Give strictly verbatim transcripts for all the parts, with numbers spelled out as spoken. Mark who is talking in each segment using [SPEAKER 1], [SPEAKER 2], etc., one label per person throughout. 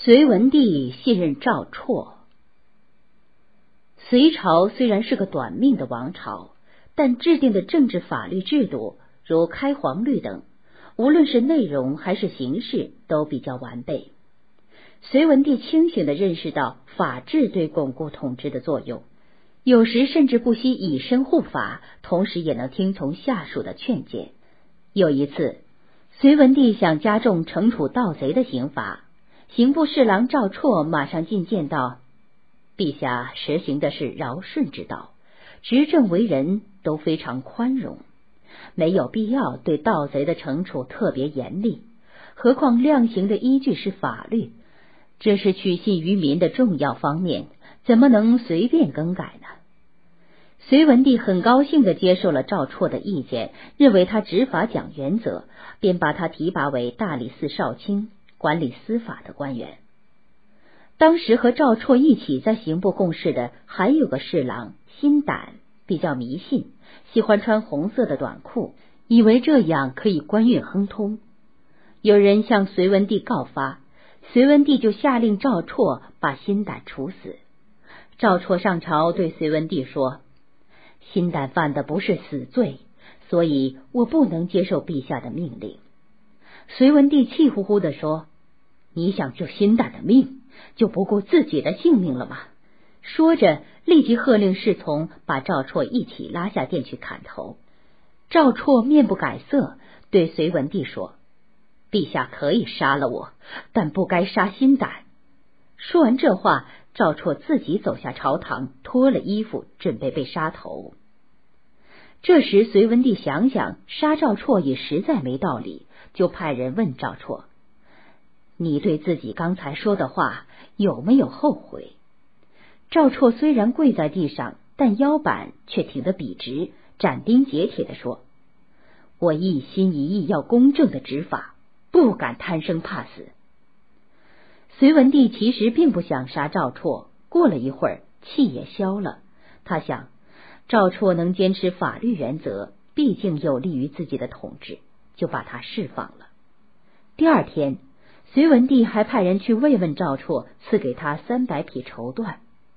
[SPEAKER 1] 隋文帝信任赵绰。隋朝虽然是个短命的王朝，但制定的政治法律制度如开皇律等，无论是内容还是形式都比较完备。隋文帝清醒地认识到法治对巩固统治的作用，有时甚至不惜以身护法，同时也能听从下属的劝谏。有一次，隋文帝想加重惩处盗贼的刑罚，刑部侍郎赵绰马上进谏道：陛下实行的是尧舜之道，执政为人都非常宽容，没有必要对盗贼的惩处特别严厉，何况量刑的依据是法律，这是取信于民的重要方面，怎么能随便更改呢？隋文帝很高兴地接受了赵绰的意见，认为他执法讲原则，便把他提拔为大理寺少卿，管理司法的官员。当时和赵绰一起在刑部共事的还有个侍郎辛胆，比较迷信，喜欢穿红色的短裤，以为这样可以官运亨通。有人向隋文帝告发，隋文帝就下令赵绰把辛胆处死。赵绰上朝对隋文帝说：辛胆犯的不是死罪，所以我不能接受陛下的命令。隋文帝气呼呼地说：你想救辛胆的命，就不顾自己的性命了吗？说着立即喝令侍从把赵绰一起拉下殿去砍头。赵绰面不改色，对隋文帝说：陛下可以杀了我，但不该杀辛胆。说完这话，赵绰自己走下朝堂，脱了衣服，准备被杀头。这时隋文帝想想杀赵绰也实在没道理，就派人问赵绰：你对自己刚才说的话有没有后悔？赵绰虽然跪在地上，但腰板却挺得笔直，斩钉截铁地说：我一心一意要公正的执法，不敢贪生怕死。隋文帝其实并不想杀赵绰，过了一会儿气也消了，他想赵绰能坚持法律原则，毕竟有利于自己的统治，就把他释放了。第二天，隋文帝还派人去慰问赵绰，赐给他三百匹绸缎。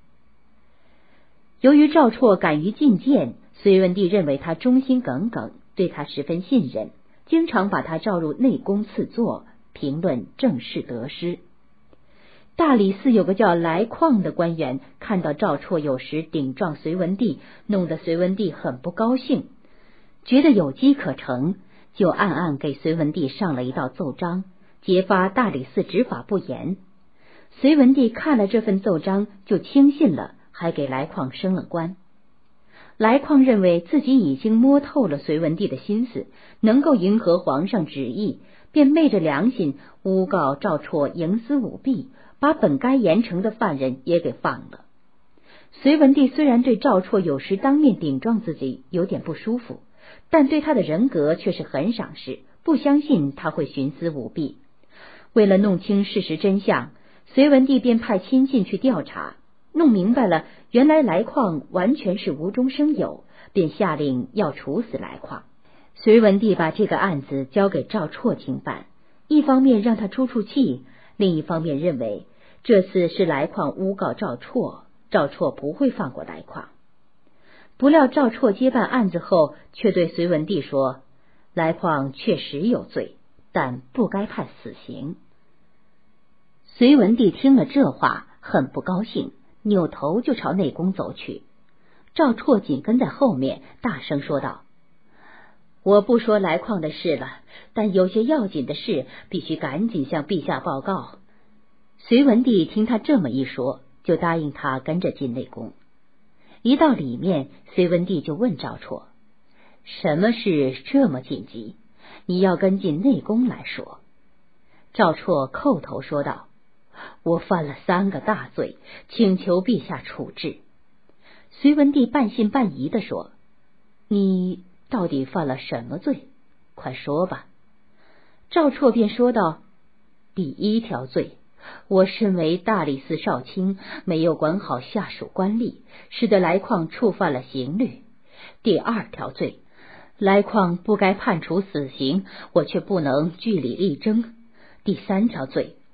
[SPEAKER 1] 由于赵绰敢于进谏，隋文帝认为他忠心耿耿，对他十分信任，经常把他召入内宫赐座，评论政事得失。大理寺有个叫来况的官员，看到赵绰有时顶撞隋文帝，弄得隋文帝很不高兴，觉得有机可乘，就暗暗给隋文帝上了一道奏章，揭发大理寺执法不严。隋文帝看了这份奏章就轻信了，还给来况升了官。来况认为自己已经摸透了隋文帝的心思，能够迎合皇上旨意，便昧着良心诬告赵绰营私舞弊，把本该严惩的犯人也给放了。隋文帝虽然对赵绰有时当面顶撞自己有点不舒服，但对他的人格却是很赏识，不相信他会徇私舞弊。为了弄清事实真相，隋文帝便派亲信去调查，弄明白了原来来况完全是无中生有，便下令要处死来况。隋文帝把这个案子交给赵绰经办，一方面让他出出气，另一方面认为这次是来况诬告赵绰，赵绰不会放过来况。不料赵绰接办案子后，却对隋文帝说：来况确实有罪，但不该判死刑。隋文帝听了这话很不高兴，扭头就朝内宫走去。赵绰紧跟在后面，大声说道：我不说来况的事了，但有些要紧的事必须赶紧向陛下报告。隋文帝听他这么一说，就答应他跟着进内宫。一到里面，隋文帝就问赵绰：什么事这么紧急？你要跟进内宫来说。赵绰叩头说道：我犯了三个大罪，请求陛下处置。隋文帝半信半疑地说：你到底犯了什么罪？快说吧。赵绰便说道：第一条罪，我身为大理寺少卿，没有管好下属官吏，使得来况触犯了刑律。第二条罪，来况不该判处死刑，我却不能据理力争。第三条罪，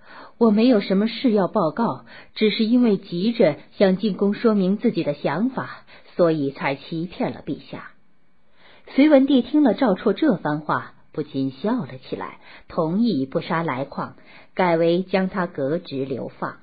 [SPEAKER 1] 我没有什么事要报告，只是因为急着向进宫说明自己的想法，所以才欺骗了陛下。隋文帝听了赵绰这番话，不禁笑了起来，同意不杀来况，改为将他革职流放。